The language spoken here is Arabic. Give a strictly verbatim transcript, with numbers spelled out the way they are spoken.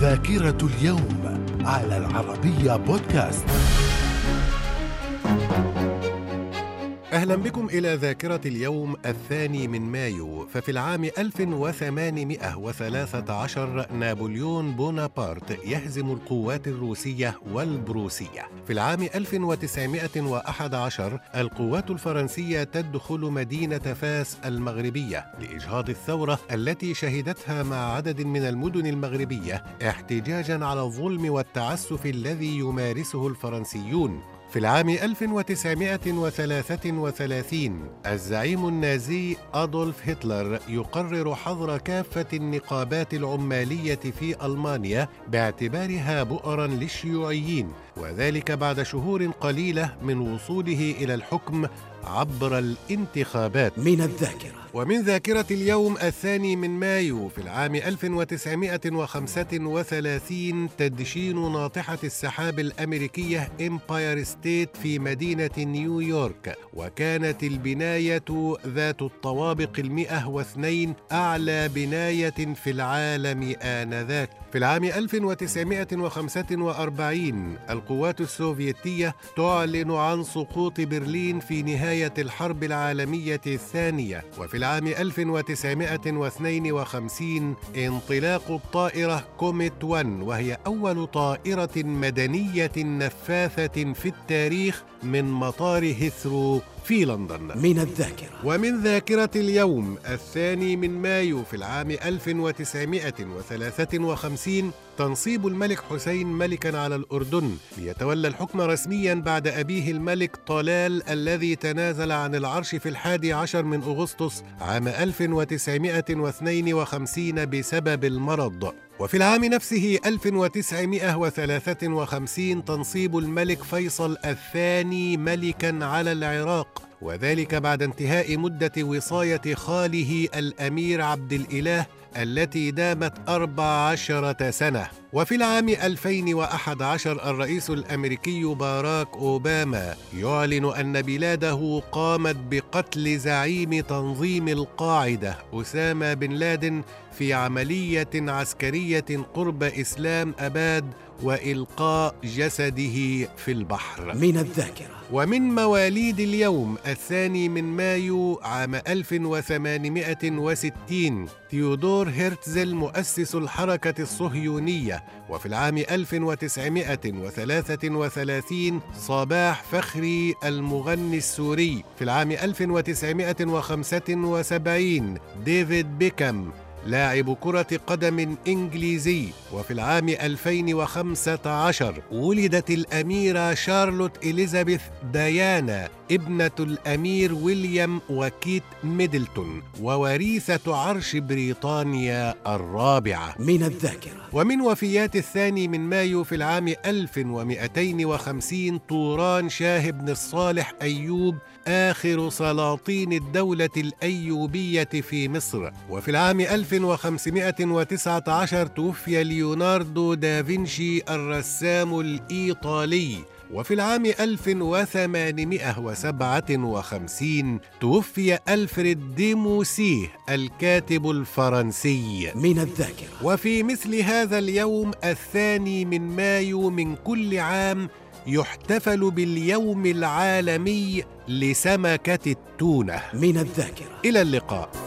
ذاكرة اليوم على العربية بودكاست. أهلا بكم إلى ذاكرة اليوم الثاني من مايو. ففي العام ألف وثمانمائة وثلاثة عشر نابليون بونابرت يهزم القوات الروسية والبروسية. في العام ألف وتسعمائة وأحد عشر القوات الفرنسية تدخل مدينة فاس المغربية لإجهاض الثورة التي شهدتها مع عدد من المدن المغربية احتجاجاً على الظلم والتعسف الذي يمارسه الفرنسيون. في العام ألف وتسعمائة وثلاثة وثلاثين الزعيم النازي أدولف هتلر يقرر حظر كافة النقابات العمالية في ألمانيا باعتبارها بؤراً للشيوعيين، وذلك بعد شهور قليلة من وصوله إلى الحكم عبر الانتخابات. من الذاكرة. ومن ذاكرة اليوم الثاني من مايو في العام ألف وتسعمائة وخمسة وثلاثين تدشين ناطحة السحاب الأمريكية إمباير ستيت في مدينة نيويورك، وكانت البناية ذات الطوابق المئة واثنين أعلى بناية في العالم آنذاك. في العام ألف وتسعمائة وخمسة وأربعين القوات السوفيتية تعلن عن سقوط برلين في نهاية الحرب العالمية الثانية. وفي العام ألف وتسعمائة واثنين وخمسين انطلاق الطائرة كوميت واحد، وهي أول طائرة مدنية نفاثة في التاريخ من مطار هيثرو في لندن. من الذاكرة. ومن ذاكرة اليوم الثاني من مايو في العام ألف وتسعمائة وثلاثة وخمسين تنصيب الملك حسين ملكاً على الأردن ليتولى الحكم رسمياً بعد أبيه الملك طلال الذي تنازل عن العرش في الحادي عشر من أغسطس عام ألف وتسعمائة واثنين وخمسين بسبب المرض. وفي العام نفسه ألف وتسعمائة وثلاثة وخمسين تنصيب الملك فيصل الثاني ملكاً على العراق، وذلك بعد انتهاء مدة وصاية خاله الأمير عبد الإله التي دامت أربع عشرة سنة. وفي العام ألفين وأحد عشر الرئيس الأمريكي باراك أوباما يعلن أن بلاده قامت بقتل زعيم تنظيم القاعدة أسامة بن لادن في عملية عسكرية قرب إسلام أباد وإلقاء جسده في البحر. من الذاكرة. ومن مواليد اليوم الثاني من مايو عام ألف وثمانمائة وستين ثيودور هيرتزل مؤسس الحركة الصهيونية. وفي العام ألف وتسعمائة وثلاثة وثلاثين صباح فخري المغني السوري. في العام ألف وتسعمائة وخمسة وسبعين ديفيد بيكهام لاعب كرة قدم إنجليزي. وفي العام ألفين وخمسة عشر ولدت الأميرة شارلوت إليزابيث ديانا ابنة الأمير ويليام وكيت ميدلتون ووريثة عرش بريطانيا الرابعة. من الذاكرة. ومن وفيات الثاني من مايو في العام ألف ومئتين وخمسين طوران شاه بن الصالح أيوب آخر سلاطين الدولة الأيوبية في مصر. وفي العام ألف وخمسمائة وتسعة عشر توفي ليوناردو دافنشي الرسام الإيطالي. وفي العام ألف وثمانمائة وسبعة وخمسين توفي ألفريد دي موسيه الكاتب الفرنسي. من الذاكرة. وفي مثل هذا اليوم الثاني من مايو من كل عام يحتفل باليوم العالمي لسمكة التونة. من الذاكرة. إلى اللقاء.